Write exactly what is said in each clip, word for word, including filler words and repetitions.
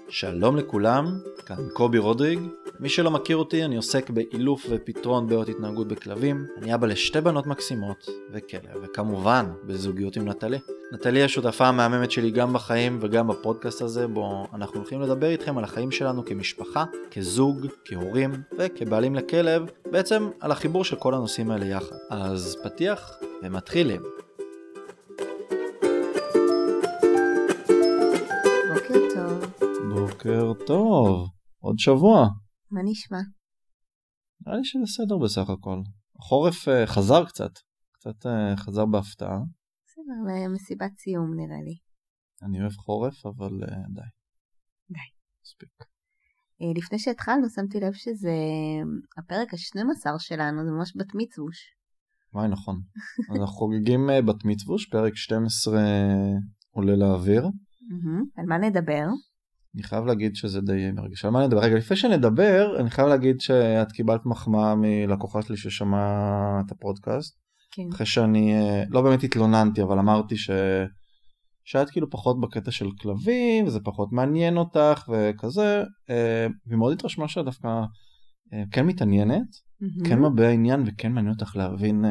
שלום לכולם, כאן קובי רודריג. מי שלא מכיר אותי, אני עוסק באילוף ופתרון בעיות התנהגות בכלבים. אני אבא לשתי בנות מקסימות וכלב, וכמובן בזוגיות עם נטלי. נטלי השותפה המהממת שלי גם בחיים וגם בפודקאסט הזה, בו אנחנו הולכים לדבר איתכם על החיים שלנו כמשפחה, כזוג, כהורים וכבעלים לכלב, בעצם על החיבור של כל הנושאים האלה יחד. אז פתיח ומתחילים. בוקר טוב. בוקר טוב, עוד שבוע. מה נשמע? נראה לי שזה בסדר בסך הכל. החורף uh, חזר קצת, קצת uh, חזר בהפתעה. בסדר, מסיבת סיום נראה לי. אני אוהב חורף, אבל uh, די. די. מספיק. Uh, לפני שהתחלנו שמתי לב שזה הפרק ה-שנים עשר שלנו, זה ממש בת מצווש. וואי, נכון. אנחנו חוגגים uh, בת מצווש, פרק שתים עשרה עולה לאוויר. Mm-hmm. על מה נדבר? אני חייב להגיד שזה די מרגיש. על מה נדבר? רגע, לפני שנדבר, אני חייב להגיד שאת קיבלת מחמאה מלקוחה שלי ששמע את הפודקאסט. כן. אחרי שאני, לא באמת התלוננתי, אבל אמרתי ש... שאת כאילו פחות בקטע של כלבים, וזה פחות מעניין אותך וכזה, ומאוד התרשמה שאת דווקא כן מתעניינת, mm-hmm. כן מביע עניין וכן מעניין אותך להבין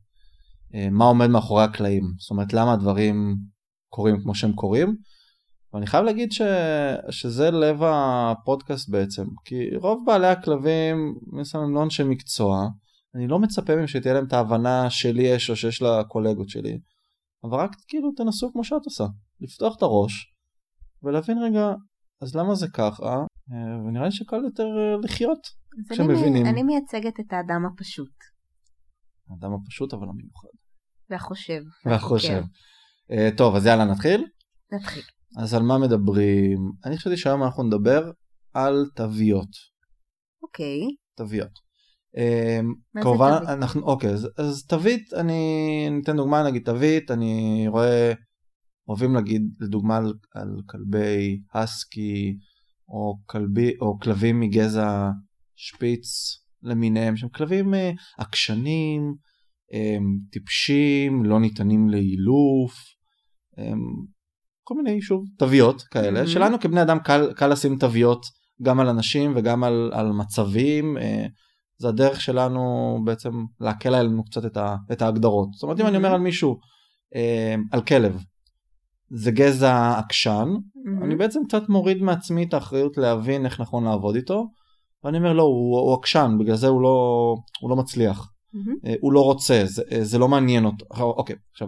מה עומד מאחורי הקלעים. זאת אומרת, למה הדברים קורים כמו שהם קורים. ואני חייב להגיד ש... שזה לב הפודקאסט בעצם, כי רוב בעלי הכלבים, מסוים לא אנשי מקצוע, אני לא מצפה מהם שתהיה להם את ההבנה שלי יש או שיש לה קולגות שלי, אבל רק כאילו תנסו כמו שאת עושה, לפתוח את הראש, ולהבין רגע, אז למה זה ככה, ונראה לי שקל יותר לחיות, כשמבינים. אני, אני מייצגת את האדם הפשוט. האדם הפשוט אבל המיוחד. והחושב. והחושב. Uh, טוב, אז יאללה נתחיל? נתחיל. אז על מה מדברים? אני חשבתי שהיום אנחנו נדבר על תוויות. אוקיי. תוויות. מה כמובן, זה תווית? אנחנו, אוקיי, אז, אז תווית, אני ניתן דוגמה, נגיד תווית, אני רואה, אוהבים להגיד לדוגמה על, על כלבי הסקי, או, כלבי, או כלבים מגזע שפיץ למיניהם, שהם כלבים עקשנים, טיפשים, לא ניתנים לאילוף, כל מיני שוב תוויות כאלה, mm-hmm. שלנו כבני אדם קל, קל לשים תוויות גם על אנשים וגם על, על מצבים, זה הדרך שלנו בעצם להקל עלינו קצת את, ה, את ההגדרות. זאת אומרת, mm-hmm. אם אני אומר על מישהו, על כלב, זה גזע עקשן, mm-hmm. אני בעצם קצת מוריד מעצמי את האחריות להבין איך נכון לעבוד איתו, ואני אומר לא, הוא, הוא עקשן, בגלל זה הוא לא, הוא לא מצליח. Mm-hmm. הוא לא רוצה, זה, זה לא מעניין אותו. אוקיי, עכשיו,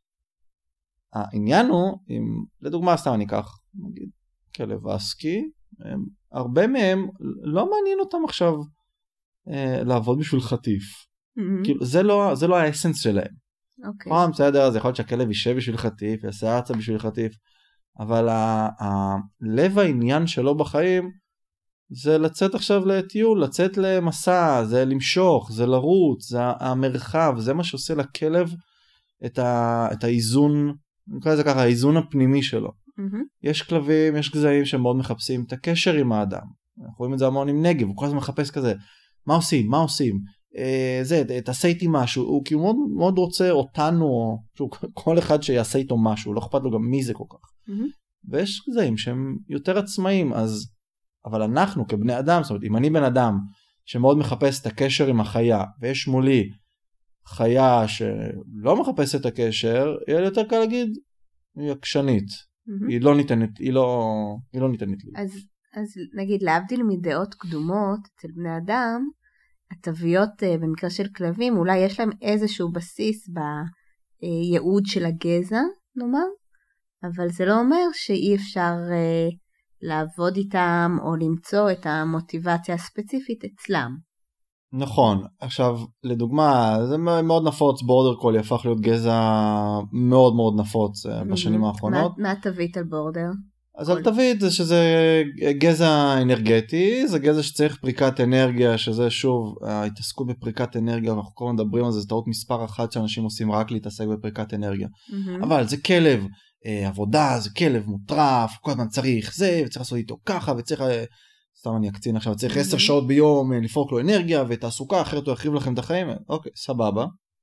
העניין הוא, אם, לדוגמה סתם אני אקח, נגיד, כלב אסקי, הם, הרבה מהם לא מעניין אותם עכשיו אה, לעבוד בשביל חטיף. Mm-hmm. כאילו, זה לא, זה לא האסנס שלהם. אוקיי. פעם, בסדר, אז יכול להיות שהכלב יישב בשביל חטיף, יעשה ארצה בשביל חטיף, אבל ה, ה, לב העניין שלו בחיים, זה לצאת עכשיו לטיול, לצאת למסע, זה למשוך, זה לרוץ, זה המרחב, זה מה שעושה לכלב את, ה, את האיזון, נקרא לזה ככה, האיזון הפנימי שלו. Mm-hmm. יש כלבים, יש גזעים שמאוד מחפשים את הקשר עם האדם. אנחנו רואים את זה המון עם נגב, הוא כל הזמן מחפש כזה, מה עושים, מה עושים, אה, זה, תעשה איתי משהו, הוא כאילו מאוד, מאוד רוצה אותנו, או, שוב, כל אחד שיעשה איתו משהו, לא אכפת לו גם מי זה כל כך. Mm-hmm. ויש גזעים שהם יותר עצמאים, אז אבל אנחנו כבני אדם, זאת אומרת, אם אני בן אדם שמאוד מחפש את הקשר עם החיה, ויש מולי חיה שלא מחפש את הקשר, יהיה לי יותר קל להגיד, היא עקשנית, mm-hmm. היא לא ניתנת, היא לא, היא לא ניתנת לי. אז, אז נגיד, להבדיל מדעות קדומות אצל בני אדם, התוויות במקרה של כלבים, אולי יש להם איזשהו בסיס בייעוד של הגזע, נאמר, אבל זה לא אומר שאי אפשר לעבוד איתם או למצוא את המוטיבציה הספציפית אצלם. נכון. עכשיו, לדוגמה, זה מאוד נפוץ, בורדר קולי הפך להיות גזע מאוד מאוד נפוץ בשנים האחרונות. מה תווית על בורדר? אז על תווית זה שזה גזע אנרגטי, זה גזע שצריך פריקת אנרגיה, שזה שוב, ההתעסקות בפריקת אנרגיה, אנחנו כל הזמן מדברים על זה, זה טעות מספר אחת שאנשים עושים רק להתעסק בפריקת אנרגיה. אבל זה כלב עבודה, זה כלב מוטרף, כל הזמן צריך זה, וצריך לעשות איתו ככה, וצריך, סתם אני אקצין עכשיו, צריך עשר שעות ביום לפרוק לו אנרגיה ותעסוקה, אחרת הוא יחריב לכם את החיים, אוקיי, סבבה.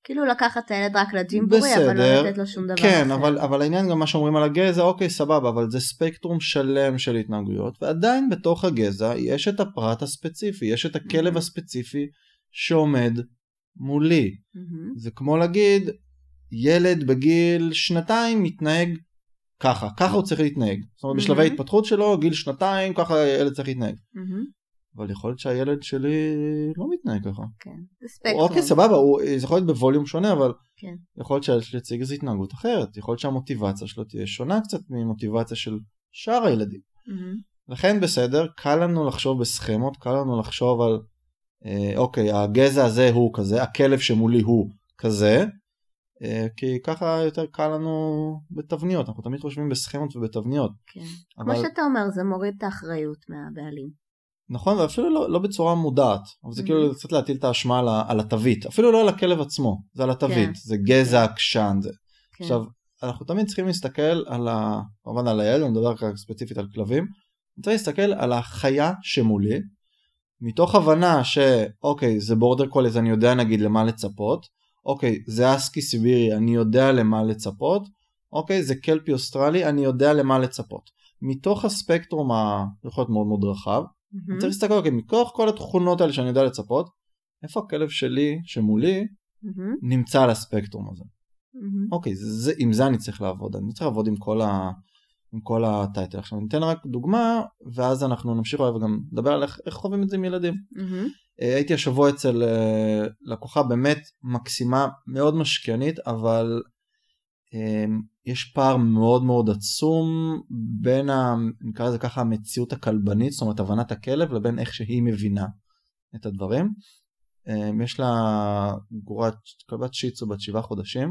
כאילו לקחת את הילד רק לג'ימבורי, אבל לא לתת לו שום דבר כן, אחר. אבל, אבל העניין גם מה שאומרים על הגזע, אוקיי, סבבה, אבל זה ספקטרום שלם של התנהגויות, ועדיין בתוך הגזע יש את הפרט הספציפי, יש את הכלב הספציפי שעומד מולי. זה כמו להגיד, ילד בגיל שנתיים מתנהג ככה, ככה הוא צריך להתנהג. זאת אומרת, בשלבי ההתפתחות שלו, גיל שנתיים, ככה ילד צריך להתנהג. אבל יכול להיות שהילד שלי לא מתנהג ככה. כן, זה ספקטרום. אוקיי, סבבה, זה יכול להיות בווליום שונה, אבל כן. יכול להיות שהילד שלי יציג איזו התנהגות אחרת. יכול להיות שהמוטיבציה שלו תהיה שונה קצת ממוטיבציה של שאר הילדים. לכן בסדר, קל לנו לחשוב בסכמות, קל לנו לחשוב על, אוקיי, הגזע הזה הוא כזה, הכלב שמולי הוא כזה, כי ככה יותר קל לנו בתבניות, אנחנו תמיד חושבים בסכמות ובתבניות. כן. אבל... כמו שאתה אומר, זה מוריד את האחריות מהבעלים. נכון, ואפילו לא, לא בצורה מודעת, אבל זה mm-hmm. כאילו קצת להטיל את האשמה על, על התווית, אפילו לא על הכלב עצמו, זה על התווית, כן. זה גזע, קשן, זה. כן. עכשיו, אנחנו תמיד צריכים להסתכל על ה... כמובן על הילד, אני מדבר ככה ספציפית על כלבים, אני צריך להסתכל על החיה שמולי, מתוך הבנה שאוקיי, זה בורדר קולי, אז אני יודע נגיד למה לצפות, אוקיי, זה אסקי סיבירי, אני יודע למה לצפות, אוקיי, זה קלפי אוסטרלי, אני יודע למה לצפות. מתוך הספקטרום היכול להיות מאוד מאוד רחב, mm-hmm. אני צריך להסתכל, אוקיי, מתוך כל התכונות האלה שאני יודע לצפות, איפה הכלב שלי, שמולי, mm-hmm. נמצא על הספקטרום הזה. Mm-hmm. אוקיי, זה, זה, עם זה אני צריך לעבוד, אני צריך לעבוד עם כל, ה, עם כל הטייטל. עכשיו, אני אתן רק דוגמה, ואז אנחנו נמשיך וגם לדבר על איך, איך חווים את זה עם ילדים. Mm-hmm. הייתי השבוע אצל לקוחה באמת מקסימה, מאוד משקיענית, אבל יש פער מאוד מאוד עצום בין, נקרא לזה ככה, המציאות הכלבנית, זאת אומרת, הבנת הכלב, לבין איך שהיא מבינה את הדברים. יש לה גורת, כלבת שיצו בת שבעה חודשים,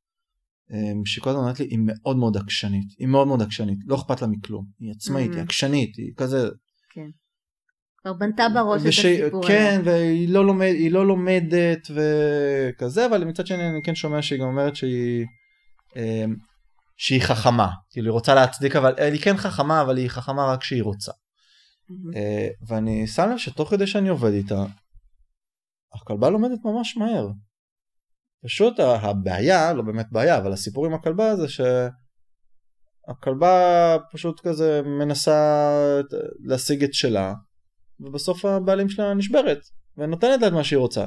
שכל הזמן אומרת לי, היא מאוד מאוד עקשנית, היא מאוד מאוד עקשנית, לא אכפת לה מכלום, היא עצמאית, היא עקשנית, היא כזה... כן. כבר בנתה בראש וש... את הסיפור. כן, עליה. והיא לא, לומד, לא לומדת וכזה, אבל מצד שני אני כן שומע שהיא גם אומרת שהיא, שהיא חכמה. כאילו היא רוצה להצדיק, אבל היא כן חכמה, אבל היא חכמה רק שהיא רוצה. Mm-hmm. ואני שם לב שתוך כדי שאני עובד איתה, הכלבה לומדת ממש מהר. פשוט הבעיה, לא באמת בעיה, אבל הסיפור עם הכלבה זה שהכלבה פשוט כזה מנסה להשיג את שלה, ובסוף הבעלים שלה נשברת, ונותנת לה את מה שהיא רוצה.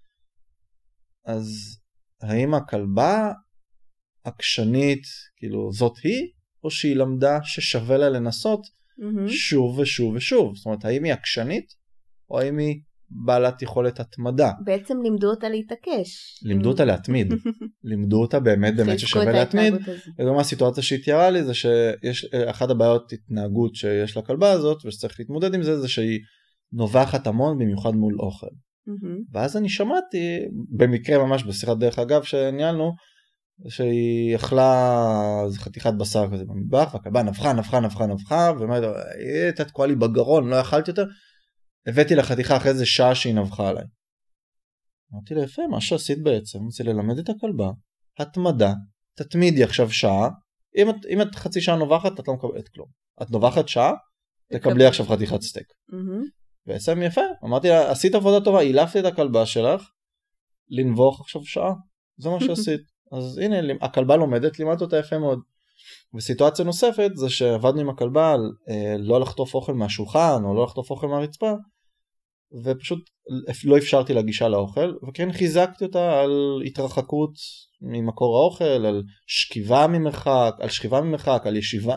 אז האם הכלבה עקשנית, כאילו זאת היא, או שהיא למדה ששווה לה לנסות mm-hmm. שוב ושוב ושוב? זאת אומרת, האם היא עקשנית, או האם היא בעלת יכולת התמדה? בעצם לימדו אותה להתעקש. לימדו אותה להתמיד. לימדו אותה באמת באמת ששווה להתמיד. וגם הסיטואציה שהיא תיארה לי, זה שיש אחת הבעיות התנהגות שיש לכלבה הזאת, ושצריך להתמודד עם זה, זה שהיא נובחת המון, במיוחד מול אוכל. Mm-hmm. ואז אני שמעתי, במקרה ממש בשיחת דרך אגב שניהלנו, שהיא אכלה איזה חתיכת בשר כזה במטבח, והכלבה נבחה, נבחה, נבחה, נבחה, ואומרת, היא הייתה תקועה לי בגרון, לא אכלתי יותר, הבאתי לה חתיכה אחרי איזה שעה שהיא נבחה עליי. אמרתי לה, יפה, מה שעשית בעצם, זה ללמד את הכלבה, התמדה, תתמידי עכשיו שעה, אם את, אם את חצי שעה נובחת, את לא מקבלת כלום. את נובחת שעה, תקבלי עכשיו חתיכת סטייק. בעצם יפה, אמרתי לה, עשית עבודה טובה, אילפתי את הכלבה שלך, לנבוך עכשיו שעה, זה מה שעשית. אז הנה, הכלבה לומדת, לימדת אותה יפה מאוד. וסיטואציה נוספת, זה שעבדנו עם הכלבה על אה, לא לחטוף אוכל מהשולחן, או לא לחטוף אוכל מהרצפה, ופשוט לא אפשרתי לה גישה לאוכל, וכן חיזקתי אותה על התרחקות ממקור האוכל, על שכיבה ממרחק, על שכיבה ממרחק, על ישיבה.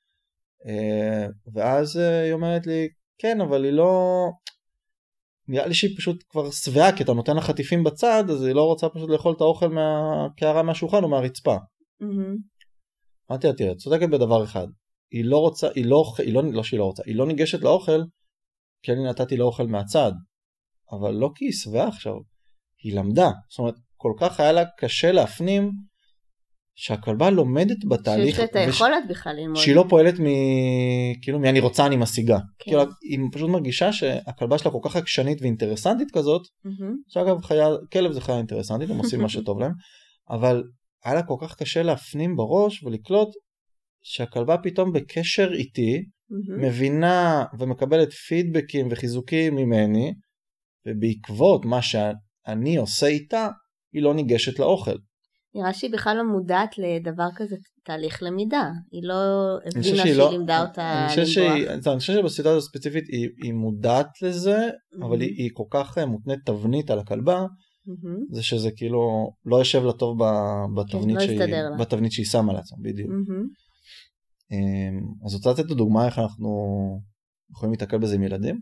אה, ואז אה, היא אומרת לי, כן, אבל היא לא... נראה לי שהיא פשוט כבר שבעה, כי אתה נותן לה חטיפים בצד, אז היא לא רוצה פשוט לאכול את האוכל מהקערה מהשולחן או מהרצפה. אמרתי לה, תראה, צודקת בדבר אחד. היא לא רוצה, היא לא, היא לא, לא שהיא לא רוצה, היא לא ניגשת לאוכל, כי אני נתתי לה אוכל מהצד. אבל לא כי היא שבעה עכשיו. היא למדה. זאת אומרת, כל כך היה לה קשה להפנים, שהכלבה לומדת בתהליך, שיש לה את היכולת בכלל ללמוד. שהיא לא פועלת מ... כאילו, מי אני רוצה, אני משיגה. כן. כאילו, היא פשוט מרגישה שהכלבה שלה כל כך עקשנית ואינטרסנטית כזאת, שאגב, חיה, כלב זה חיה אינטרסנטית, הם עושים מה שטוב להם, אבל היה לה כל כך קשה להפנים בראש ולקלוט שהכלבה פתאום בקשר איתי, מבינה ומקבלת פידבקים וחיזוקים ממני, ובעקבות מה שאני עושה איתה, היא לא ניגשת לאוכל. נראה שהיא בכלל לא מודעת לדבר כזה תהליך למידה, היא לא הבינה שהיא לא, לימדה אותה אני חושב לנבוח. אני חושב שבסיטואציה הספציפית היא, היא מודעת לזה, Mm-hmm. אבל היא, היא כל כך מותנית תבנית על הכלבה, Mm-hmm. זה שזה כאילו לא יושב לה טוב בתבנית, כן, שהיא, לא בתבנית שהיא שמה לעצמה, בדיוק. Mm-hmm. אז רוצה לתת לדוגמה איך אנחנו יכולים להתקל בזה עם ילדים?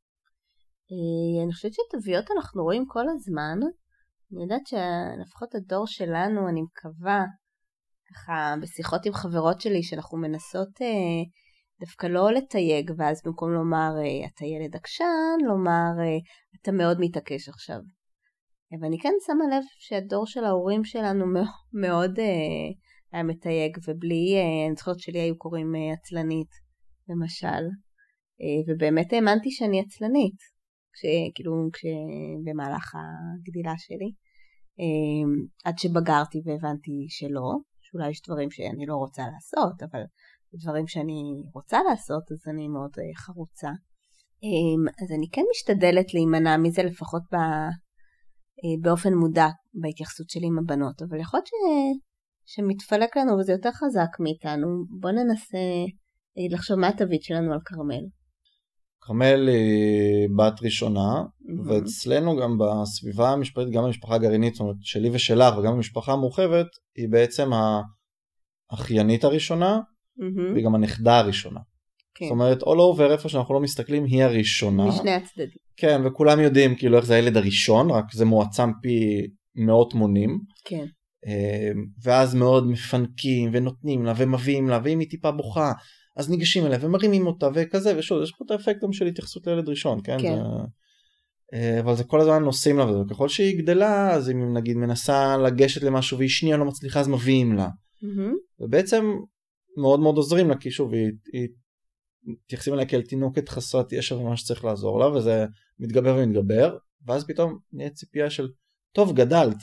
אני חושבת שתוויות אנחנו רואים כל הזמן. אני יודעת שלפחות הדור שלנו, אני מקווה, ככה בשיחות עם חברות שלי, שאנחנו מנסות אה, דווקא לא לתייג, ואז במקום לומר, אה, אתה ילד עקשן, לומר, אה, אתה מאוד מתעקש עכשיו. ואני כן שמה לב שהדור של ההורים שלנו מאוד, מאוד אה, היה מתייג, ובלי, אה, אני זוכרת שלי היו קוראים אה, עצלנית, למשל. אה, ובאמת האמנתי שאני עצלנית, כשכאילו, כשבמהלך הגדילה שלי. עד שבגרתי והבנתי שלא, שאולי יש דברים שאני לא רוצה לעשות, אבל דברים שאני רוצה לעשות, אז אני מאוד חרוצה. אז אני כן משתדלת להימנע מזה, לפחות באופן מודע בהתייחסות שלי עם הבנות, אבל יכול להיות ש... שמתפלק לנו וזה יותר חזק מאיתנו. בוא ננסה לחשוב מה התווית שלנו על קרמל. קרמל היא בת ראשונה, Mm-hmm. ואצלנו גם בסביבה המשפחתית, גם במשפחה הגרעינית, זאת אומרת שלי ושלך, וגם במשפחה המורחבת, היא בעצם האחיינית הראשונה, Mm-hmm. והיא גם הנכדה הראשונה. כן. זאת אומרת, all over איפה שאנחנו לא מסתכלים, היא הראשונה. משני הצדדים. כן, וכולם יודעים כאילו איך זה הילד הראשון, רק זה מועצם פי מאות מונים. כן. ואז מאוד מפנקים ונותנים לה ומביאים לה, ואם היא טיפה בוכה, אז ניגשים אליה ומרימים אותה וכזה, ושוב, יש פה את האפקט גם של התייחסות לילד ראשון, כן? כן. זה, אבל זה כל הזמן נושאים לה, וככל שהיא גדלה, אז אם נגיד מנסה לגשת למשהו, והיא שנייה לא מצליחה, אז מביאים לה. Mm-hmm. ובעצם מאוד מאוד עוזרים לה, כי שוב, היא, היא תייחסים אליה כאל תינוקת חסרת ישע, ומה שצריך לעזור לה, וזה מתגבר ומתגבר, ואז פתאום נהיה ציפייה של, טוב, גדלת,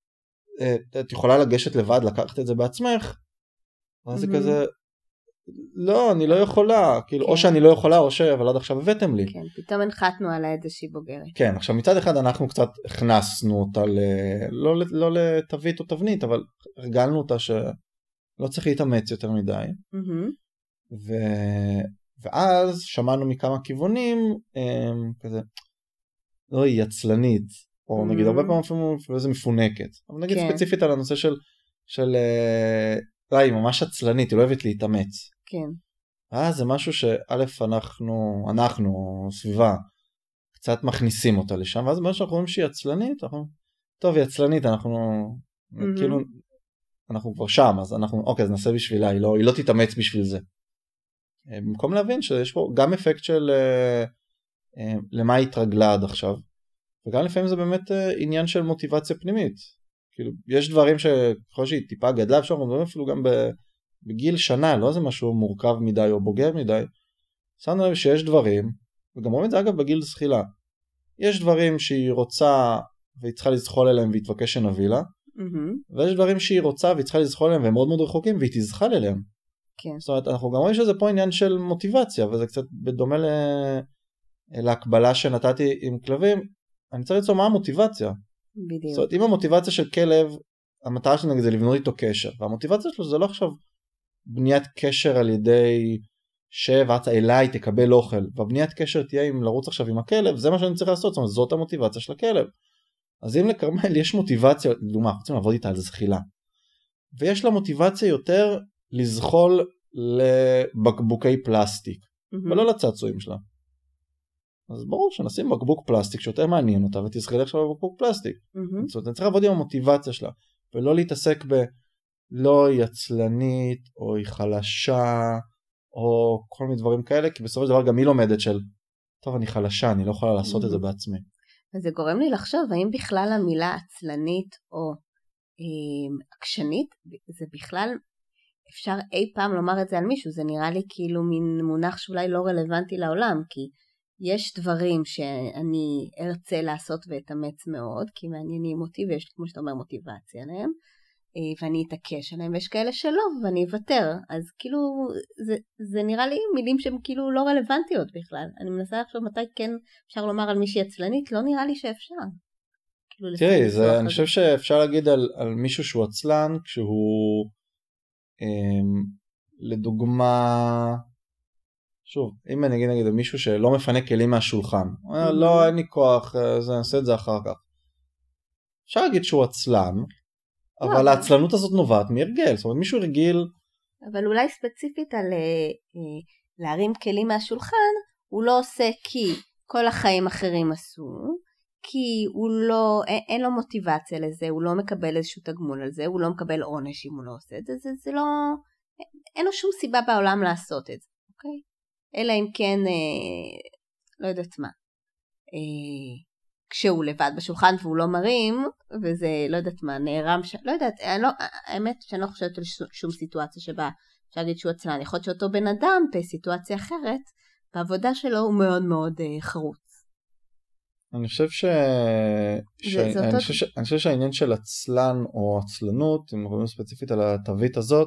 את יכולה לגשת לבד, לקחת את זה בעצמך, ואז זה כזה, לא, אני לא יכולה, כאילו, או שאני לא יכולה, או ש... אבל עד עכשיו הבאתם לי. כן, פתאום הנחתנו עליה איזושהי בוגרת. כן, עכשיו מצד אחד אנחנו קצת הכנסנו אותה, ל... לא, לא לתווית או תבנית, אבל הרגלנו אותה שלא צריך להתאמץ יותר מדי. ו... ואז שמענו מכמה כיוונים, כזה, לא, היא עצלנית, או נגיד הרבה פעמים אפילו איזה מפונקת, אבל נגיד ספציפית על הנושא של, של לא, היא ממש עצלנית, היא לא אוהבת להתאמץ. כן. אה, זה משהו שא' אנחנו, אנחנו, סביבה, קצת מכניסים אותה לשם, ואז מה שאנחנו רואים שהיא עצלנית, אנחנו, טוב, היא עצלנית, אנחנו, mm-hmm. כאילו, אנחנו כבר שם, אז אנחנו, אוקיי, אז נעשה בשבילה, היא לא, היא לא תתאמץ בשביל זה. במקום להבין שיש פה גם אפקט של למה היא התרגלה עד עכשיו, וגם לפעמים זה באמת עניין של מוטיבציה פנימית. כאילו, יש דברים שככל שהיא טיפה גדלה, אפשר לדברים אפילו גם בגיל שנה, לא זה משהו מורכב מדי או בוגר מדי. שמנו לב שיש דברים, וגם רואים את זה אגב בגיל זחילה, יש דברים שהיא רוצה והיא צריכה לזחול אליהם והיא תבקש שנביא לה, mm-hmm. ויש דברים שהיא רוצה והיא צריכה לזחול אליהם והם מאוד מאוד רחוקים והיא תזחל אליהם. כן. זאת אומרת, אנחנו גם רואים שזה פה עניין של מוטיבציה, וזה קצת בדומה ל... להקבלה שנתתי עם כלבים, אני צריך לצור מה המוטיבציה. בדיוק. זאת אומרת, אם המוטיבציה של כלב, המטרה שלנו נגיד זה לבנות איתו קשר, והמוטיבציה שלו זה לא עכשיו בניית קשר על ידי שבאת אליי תקבל אוכל, והבניית קשר תהיה עם לרוץ עכשיו עם הכלב, זה מה שאני צריך לעשות, זאת אומרת, זאת המוטיבציה של הכלב. אז אם לקרמל יש מוטיבציה, לדוגמה, אנחנו רוצים לעבוד איתה על זחילה, ויש לה מוטיבציה יותר לזחול לבקבוקי פלסטיק, mm-hmm. ולא לצעצועים שלה. אז ברור שנשים בקבוק פלסטיק שיותר מעניין אותה, ותזכיל עכשיו בקבוק פלסטיק. Mm-hmm. זאת אומרת, אני צריך לעבוד עם המוטיבציה שלה, ולא להתעסק בלא היא עצלנית, או היא חלשה, או כל מיני דברים כאלה, כי בסופו של דבר גם היא לומדת של, טוב, אני חלשה, אני לא יכולה לעשות mm-hmm. את זה בעצמי. וזה גורם לי לחשוב, האם בכלל המילה עצלנית, או אה, עקשנית, זה בכלל אפשר אי פעם לומר את זה על מישהו, זה נראה לי כאילו מין מונח שאולי לא רלוונטי לעולם, כי יש דברים שאני ארצה לעשות ואתאמץ מאוד, כי מעניינים אותי ויש כמו שאתה אומר מוטיבציה עליהם, ואני אתעקש עליהם, ויש כאלה שלא, ואני אוותר. אז כאילו זה, זה נראה לי מילים שהן כאילו לא רלוונטיות בכלל. אני מנסה לחשוב מתי כן אפשר לומר על מישהי עצלנית, לא נראה לי שאפשר. תראי, זה, אני חושב שאפשר להגיד על, על מישהו שהוא עצלן, כשהוא, אמ, לדוגמה, שוב, אם אני אגיד, נגיד, מישהו שלא מפנה כלים מהשולחן, mm-hmm. לא, אין לי כוח, זה, אני אעשה את זה אחר כך. אפשר להגיד שהוא עצלן, לא, אבל העצלנות הזאת נובעת מהרגל, זאת אומרת, מישהו רגיל. אבל אולי ספציפית על להרים כלים מהשולחן, הוא לא עושה כי כל החיים אחרים עשו, כי הוא לא, אין, אין לו מוטיבציה לזה, הוא לא מקבל איזשהו תגמול על זה, הוא לא מקבל עונש אם הוא לא עושה את זה, זה, זה לא, אין לו שום סיבה בעולם לעשות את זה, אוקיי? אלא אם כן, אה, לא יודעת מה, אה, כשהוא לבד בשולחן והוא לא מרים, וזה, לא יודעת מה, נערם, ש... לא יודעת, לא, האמת שאני לא חושבת על שום סיטואציה שבה אפשר להגיד שהוא עצלן, יכול להיות שאותו בן אדם בסיטואציה אחרת, בעבודה שלו הוא מאוד מאוד uh, חרוץ. אני חושב ש... ש... אני, חושב ש... אני חושב שהעניין של עצלן או עצלנות, אם אנחנו ספציפית על התווית הזאת,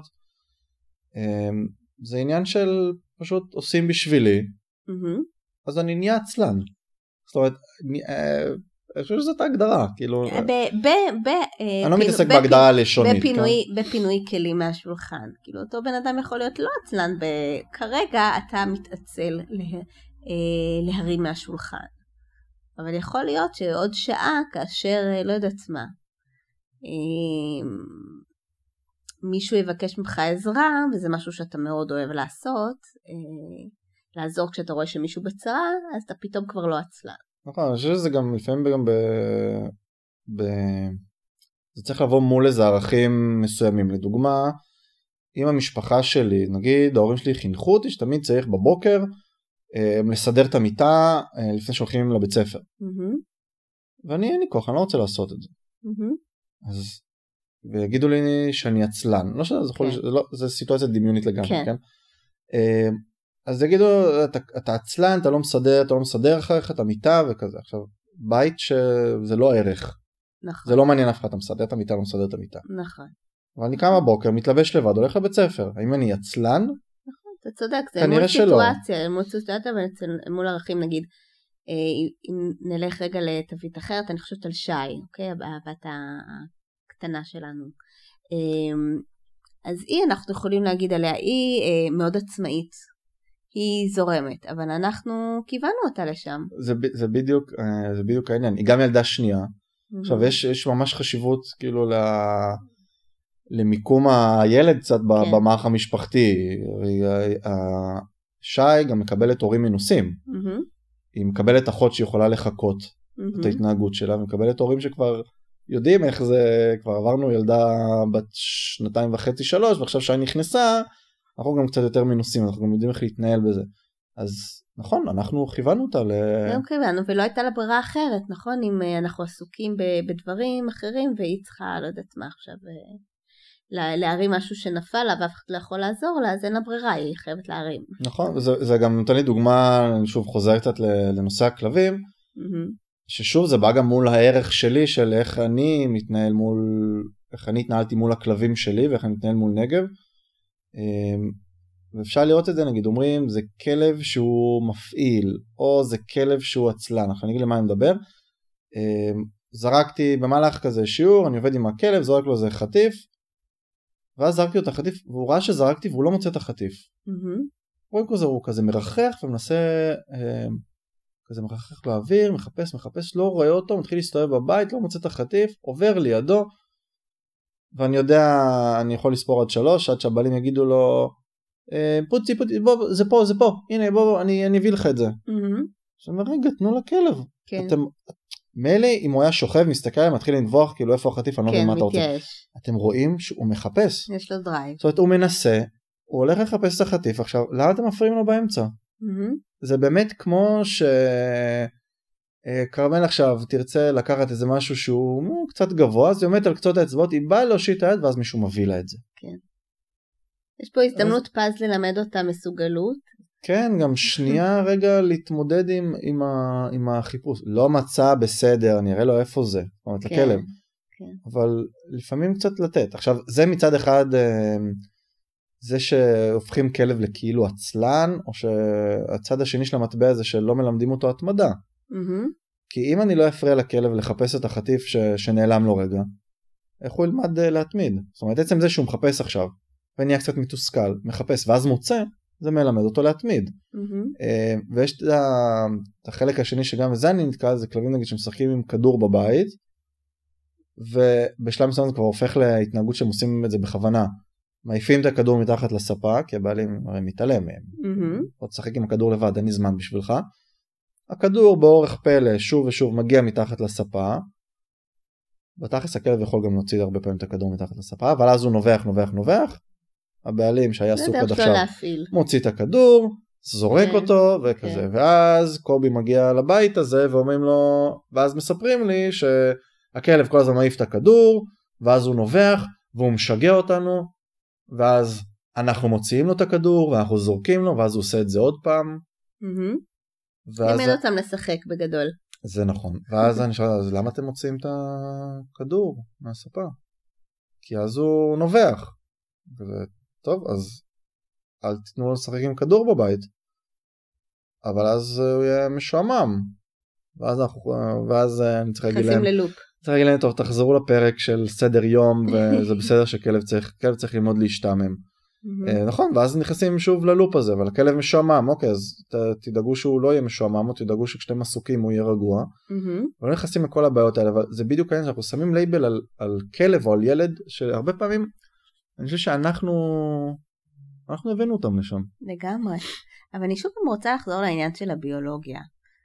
זה עניין של פשוט עושים בשבילי, mm-hmm. אז אני נהיה עצלן. זאת אומרת, אני חושב שזאת ההגדרה, כאילו... אני לא מתעסק בהגדרה לשונית. בפינוי כלים מהשולחן. כאילו, אותו בן אדם יכול להיות לא עצלן, כרגע אתה מתעצל להרים מהשולחן. אבל יכול להיות שעוד שעה, כאשר, לא יודעת מה, מישהו יבקש ממך עזרה, וזה משהו שאתה מאוד אוהב לעשות, לעזור כשאתה רואה שמישהו בצרה, אז אתה פתאום כבר לא עצלן. נכון, אני חושב שזה גם לפעמים גם ב... ב... זה צריך לבוא מול איזה ערכים מסוימים. לדוגמה, אם המשפחה שלי, נגיד, ההורים שלי חינכו אותי, שתמיד צריך בבוקר לסדר את המיטה לפני שהולכים לבית ספר. Mm-hmm. ואני אין לי כוח, אני לא רוצה לעשות את זה. Mm-hmm. אז, ויגידו לי שאני עצלן. לא שזה יכול, כן. זה, לא, זה סיטואציה דמיונית לגמרי, כן? כן? אז יגידו, אתה, אתה עצלן, אתה לא מסדר, אתה לא מסדר אחריך את המיטה וכזה. עכשיו, בית שזה לא ערך. נכון. זה לא מעניין אף אחד, אתה מסדר את המיטה, לא מסדר את המיטה. נכון. אבל אני קם בבוקר, מתלבש לבד, הולך לבית ספר. האם אני עצלן? נכון, אתה צודק, זה מול סיטואציה, מול סיטואציה, אבל מול ערכים, נגיד, אם נלך רגע לתווית אחרת, אני חושבת על שי, אוקיי? הבת הקטנה שלנו. אז היא, אנחנו יכולים להגיד עליה, היא מאוד עצמאית. היא זורמת, אבל אנחנו כיוונו אותה לשם. זה, זה בדיוק, זה בדיוק העניין. היא גם ילדה שנייה. Mm-hmm. עכשיו, יש, יש ממש חשיבות, כאילו, ל... למיקום הילד קצת כן. במערך המשפחתי. שי גם מקבלת הורים מנוסים. Mm-hmm. היא מקבלת אחות שיכולה לחכות mm-hmm. את ההתנהגות שלה, ומקבלת הורים שכבר יודעים איך זה, כבר עברנו ילדה בת שנתיים וחצי, שלוש, ועכשיו שי נכנסה, אנחנו גם קצת יותר מנוסים, אנחנו גם יודעים איך להתנהל בזה. אז נכון, אנחנו כיוונו אותה ל... לא כיוונו, ולא הייתה לה ברירה אחרת, נכון? אם אנחנו עסוקים בדברים אחרים, והיא צריכה, לא יודעת מה עכשיו, להרים משהו שנפל לה, ואף אחד לא יכול לעזור לה, אז אין לה ברירה, היא חייבת להרים. נכון, וזה, זה גם נותן לי דוגמה, אני שוב חוזר קצת לנושא הכלבים, mm-hmm. ששוב זה בא גם מול הערך שלי, של איך אני מתנהל מול, איך אני התנהלתי מול הכלבים שלי, ואיך אני מתנהל מול נגב, ואפשר לראות את זה, נגיד אומרים זה כלב שהוא מפעיל או זה כלב שהוא עצלן. עכשיו אני אגיד למה אני מדבר. זרקתי במהלך כזה שיעור, אני עובד עם הכלב, זורק לו זה חטיף, ואז זרקתי לו את החטיף והוא ראה שזרקתי והוא לא מוצא את החטיף. רואים כזה, הוא כזה מרחח ומנסה כזה מרחח לאוויר, מחפש מחפש, לא רואה אותו, מתחיל להסתובב בבית, לא מוצא את החטיף, עובר לידו, ואני יודע, אני יכול לספור עד שלוש, עד שהבעלים יגידו לו, פוצי, פוצי, בוא, זה פה, זה פה, הנה, בוא, אני, אני אביא לך את זה. אז אני אומר, רגע, תנו לכלב. כן. אתם, מילא, אם הוא היה שוכב, מסתכל, מתחיל לנבוח, כאילו, איפה החטיף, אני לא מבין מה אתה רוצה. כן, מתייש. אתם רואים שהוא מחפש. יש לו דרייב. זאת אומרת, הוא מנסה, הוא הולך לחפש את החטיף, עכשיו, למה אתם מפריעים לו באמצע? זה באמת כמו ש... קרמל עכשיו תרצה לקחת איזה משהו שהוא קצת גבוה, אז היא עומדת על קצות האצבעות, היא באה להושיט היד ואז מישהו מביא לה את זה. כן. יש פה הזדמנות אז... פז ללמד אותה מסוגלות. כן, גם שנייה רגע להתמודד עם, עם, ה, עם החיפוש. לא מצא בסדר, אני אראה לו איפה זה, זאת אומרת, כן, לכלב. כן. אבל לפעמים קצת לתת. עכשיו, זה מצד אחד, זה שהופכים כלב לכאילו עצלן, או שהצד השני של המטבע זה שלא מלמדים אותו התמדה. Mm-hmm. כי אם אני לא אפריע לכלב לחפש את החטיף ש... שנעלם לו רגע, איך הוא ילמד להתמיד? זאת אומרת, עצם זה שהוא מחפש עכשיו, ונהיה קצת מתוסכל, מחפש, ואז מוצא, זה מלמד אותו להתמיד. Mm-hmm. ויש את החלק השני שגם וזה אני נתקע, זה כלבים נגיד שמשחקים עם כדור בבית, ובשלב מסוים זה כבר הופך להתנהגות שהם עושים את זה בכוונה. מעיפים את הכדור מתחת לספה, כי הבעלים הרי מתעלם מהם. Mm-hmm. עוד תשחק עם הכדור לבד, אין לי זמן בשבילך. הכדור באורך פלא שוב ושוב מגיע מתחת לספה, בתכלס הכלב יכול גם להוציא הרבה פעמים את הכדור מתחת לספה, אבל אז הוא נובח, נובח, נובח. הבעלים שהיה סוג עד עכשיו מוציא את הכדור, זורק okay. אותו וכזה, okay. ואז קובי מגיע לבית הזה ואומרים לו, ואז מספרים לי שהכלב כל הזמן מעיף את הכדור, ואז הוא נובח והוא משגע אותנו, ואז אנחנו מוציאים לו את הכדור ואנחנו זורקים לו, ואז הוא עושה את זה עוד פעם. ואז... לימד אותם לשחק בגדול. זה נכון, ואז אני שואל, אז למה אתם מוציאים את הכדור מהספה? כי אז הוא נובח. וזה, טוב, אז אל תתנו לו לשחק עם כדור בבית. אבל אז הוא יהיה משועמם. ואז, אנחנו, ואז אני צריך להגיד להם, ללופ. צריך להגיד להם, טוב, תחזרו לפרק של סדר יום, וזה בסדר שכלב צריך, כלב צריך ללמוד להשתעמם. Mm-hmm. נכון, ואז נכנסים שוב ללופ הזה, אבל הכלב משועמם, אוקיי, אז ת, תדאגו שהוא לא יהיה משועמם, או תדאגו שכשאתם עסוקים הוא יהיה רגוע, mm-hmm. ולא נכנסים לכל הבעיות האלה, אבל זה בדיוק העניין שאנחנו שמים לייבל על, על כלב או על ילד, שהרבה פעמים, אני חושב שאנחנו, אנחנו הבאנו אותם לשם. לגמרי, אבל אני שוב פעם רוצה לחזור לעניין של הביולוגיה.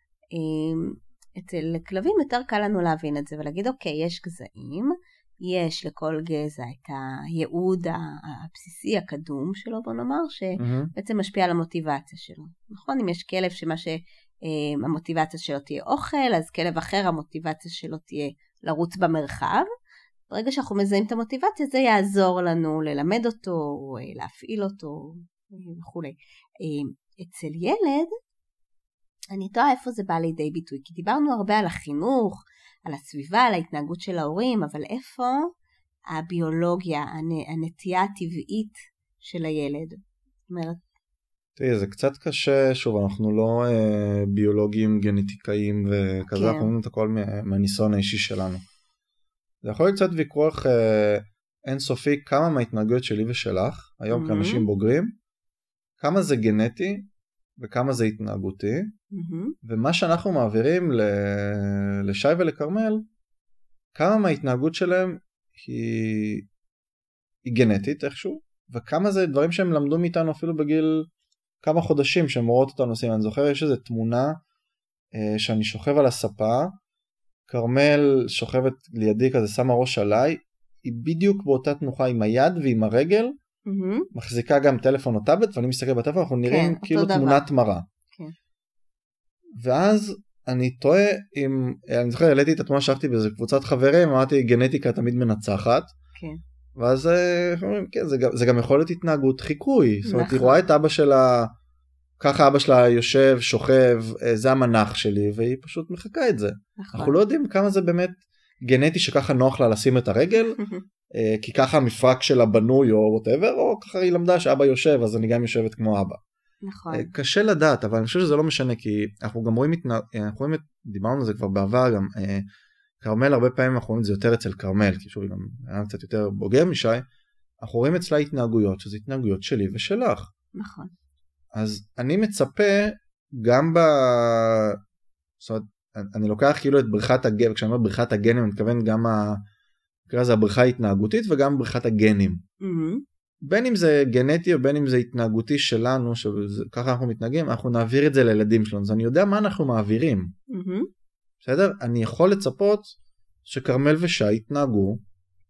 אצל כלבים יותר קל לנו להבין את זה, ולהגיד, אוקיי, יש גזעים, יש לכל גזע את הייעוד הבסיסי הקדום שלו, בוא נאמר, שבעצם משפיע על המוטיבציה שלו. נכון? אם יש כלב שמה שהמוטיבציה שלו תהיה אוכל, אז כלב אחר המוטיבציה שלו תהיה לרוץ במרחב. ברגע שאנחנו מזהים את המוטיבציה, זה יעזור לנו ללמד אותו, להפעיל אותו וכו'. אצל ילד, אני תוהה איפה זה בא לידי ביטוי, כי דיברנו הרבה על החינוך, על הסביבה, על ההתנהגות של ההורים, אבל איפה הביולוגיה, הנטייה הטבעית של הילד? זאת אומרת... תראי, זה קצת קשה, שוב, אנחנו לא אה, ביולוגים, גנטיקאים וכזה, כן. אנחנו אומרים את הכל מהניסיון האישי שלנו. זה יכול להיות קצת ויכוח אה, אינסופי, כמה מההתנהגויות שלי ושלך, היום mm-hmm. כאנשים בוגרים, כמה זה גנטי, וכמה זה התנהגותי, mm-hmm. ומה שאנחנו מעבירים לשי ולקרמל, כמה מההתנהגות שלהם היא, היא גנטית איכשהו, וכמה זה דברים שהם למדו מאיתנו אפילו בגיל כמה חודשים שהם רואות אותנו עושים. אני זוכר, יש איזו תמונה אה, שאני שוכב על הספה, קרמל שוכבת לידי כזה, שמה ראש עליי, היא בדיוק באותה תנוחה עם היד ועם הרגל, Mm-hmm. מחזיקה גם טלפון או טאבלט, ואני מסתכל בטלפון, אנחנו נראים כן, כאילו תמונת מראה. כן. ואז אני טועה עם, אני זוכר, העליתי את התמונה, שכתי באיזה קבוצת חברים, אמרתי, גנטיקה תמיד מנצחת. כן. ואז כן, זה, זה גם יכול להיות התנהגות חיקוי. זאת אומרת, היא רואה את אבא שלה, ככה אבא שלה יושב, שוכב, זה המנח שלי, והיא פשוט מחכה את זה. נכון. אנחנו לא יודעים כמה זה באמת גנטי שככה נוח לה לשים את הרגל, כי ככה המפרק שלה בנוי או whatever, או ככה היא למדה שאבא יושב, אז אני גם יושבת כמו אבא. נכון. קשה לדעת, אבל אני חושב שזה לא משנה, כי אנחנו גם רואים, אנחנו רואים, דיברנו על זה כבר בעבר, גם קרמל, הרבה פעמים אנחנו רואים את זה יותר אצל קרמל, כי שוב, היא גם היה קצת יותר בוגר משי, אנחנו רואים אצלה התנהגויות, שזה התנהגויות שלי ושלך. נכון. אז אני מצפה, גם ב... זאת אומרת, אני לוקח כאילו את בריחת הגן, וכשאני אומר בריחת הגנים, אני מתכוון גם ה... נקרא זה הבריחה ההתנהגותית וגם בריחת הגנים. Mm-hmm. בין אם זה גנטי או בין אם זה התנהגותי שלנו, שככה אנחנו מתנהגים, אנחנו נעביר את זה לילדים שלנו. אז אני יודע מה אנחנו מעבירים. Mm-hmm. בסדר? אני יכול לצפות שקרמל ושי יתנהגו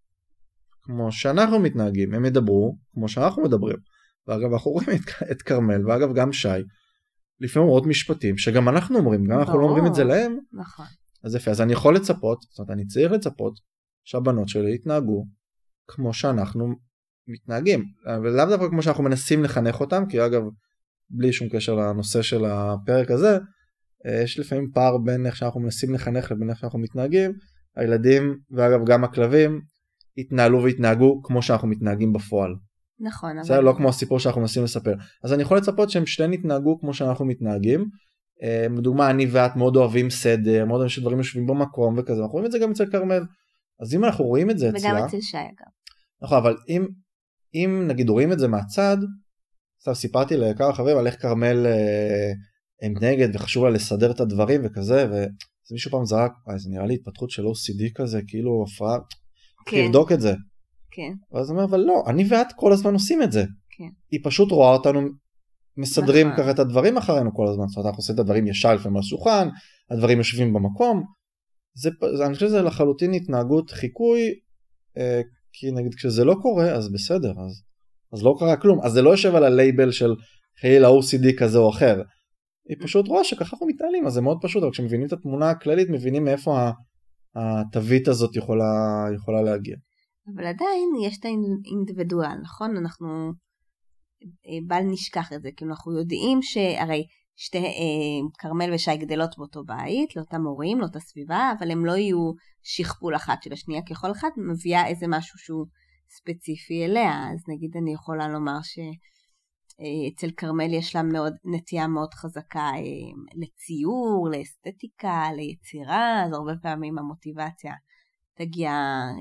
כמו שאנחנו מתנהגים. הם ידברו כמו שאנחנו מדברים. ואגב, אנחנו רואים את, את קרמל, ואגב גם שי, לפעמים אומרות משפטים שגם אנחנו אומרים, גם אנחנו לא אומרים את זה להם. נכון. אז יפה, אז אני יכול לצפות, זאת אומרת, אני צריך לצפות שהבנות שלי יתנהגו כמו שאנחנו מתנהגים, ולאו דווקא כמו שאנחנו מנסים לחנך אותם, כי אגב, בלי שום קשר לנושא של הפרק הזה, יש לפעמים פער בין איך שאנחנו מנסים לחנך לבין איך שאנחנו מתנהגים. הילדים, ואגב גם הכלבים, יתנהלו והתנהגו כמו שאנחנו מתנהגים בפועל. נכון. זה אבל... לא כמו הסיפור שאנחנו מנסים לספר. אז אני יכול לצפות שהם שתיהן יתנהגו כמו שאנחנו מתנהגים, לדוגמה, אני ואת מאוד אוהבים סדר, מאוד אוהבים שדברים יושבים במקום וכזה, אנחנו רואים את זה גם אצל כרמל. אז אם אנחנו רואים את זה אצלה... וגם אצל שי אגב. נכון, אבל אם, אם נגיד רואים את זה מהצד, עכשיו סיפרתי לכמה חברים על איך כרמל אה, הם נגד וחשוב לה לסדר את הדברים וכזה, ואז מישהו פעם זרק, אה, זה נראה לי התפתחות של או סי די כזה, כאילו הפרעה, כן. לבדוק את זה. כן. ואז אני אומר, אבל לא, אני ואת כל הזמן עושים את זה. כן. היא פשוט רואה אותנו מסדרים נכון. ככה את הדברים אחרינו כל הזמן, זאת אומרת, אנחנו עושים את הדברים ישר לפעמים על השולחן, הדברים יושבים במקום, זה, זה, אני חושב שזה לחלוטין התנהגות חיקוי, אה, כי נגיד כשזה לא קורה, אז בסדר, אז, אז לא קרה כלום, אז זה לא יושב על הלייבל של חיל ה-או סי די כזה או אחר, היא פשוט רואה שככה אנחנו מתנהלים, אז זה מאוד פשוט, אבל כשמבינים את התמונה הכללית, מבינים מאיפה התווית הזאת יכולה, יכולה להגיע. אבל עדיין יש את האינדיבידואל, נכון? אנחנו בל נשכח את זה, כי אנחנו יודעים שהרי שתי, כרמל ושי גדלות באותו בית, לאותם הורים, לאותה סביבה, אבל הם לא יהיו שכפול אחת של השנייה, ככל אחת מביאה איזה משהו שהוא ספציפי אליה, אז נגיד אני יכולה לומר שאצל כרמל יש לה מאוד, נטייה מאוד חזקה לציור, לאסתטיקה, ליצירה, אז הרבה פעמים המוטיבציה תגיע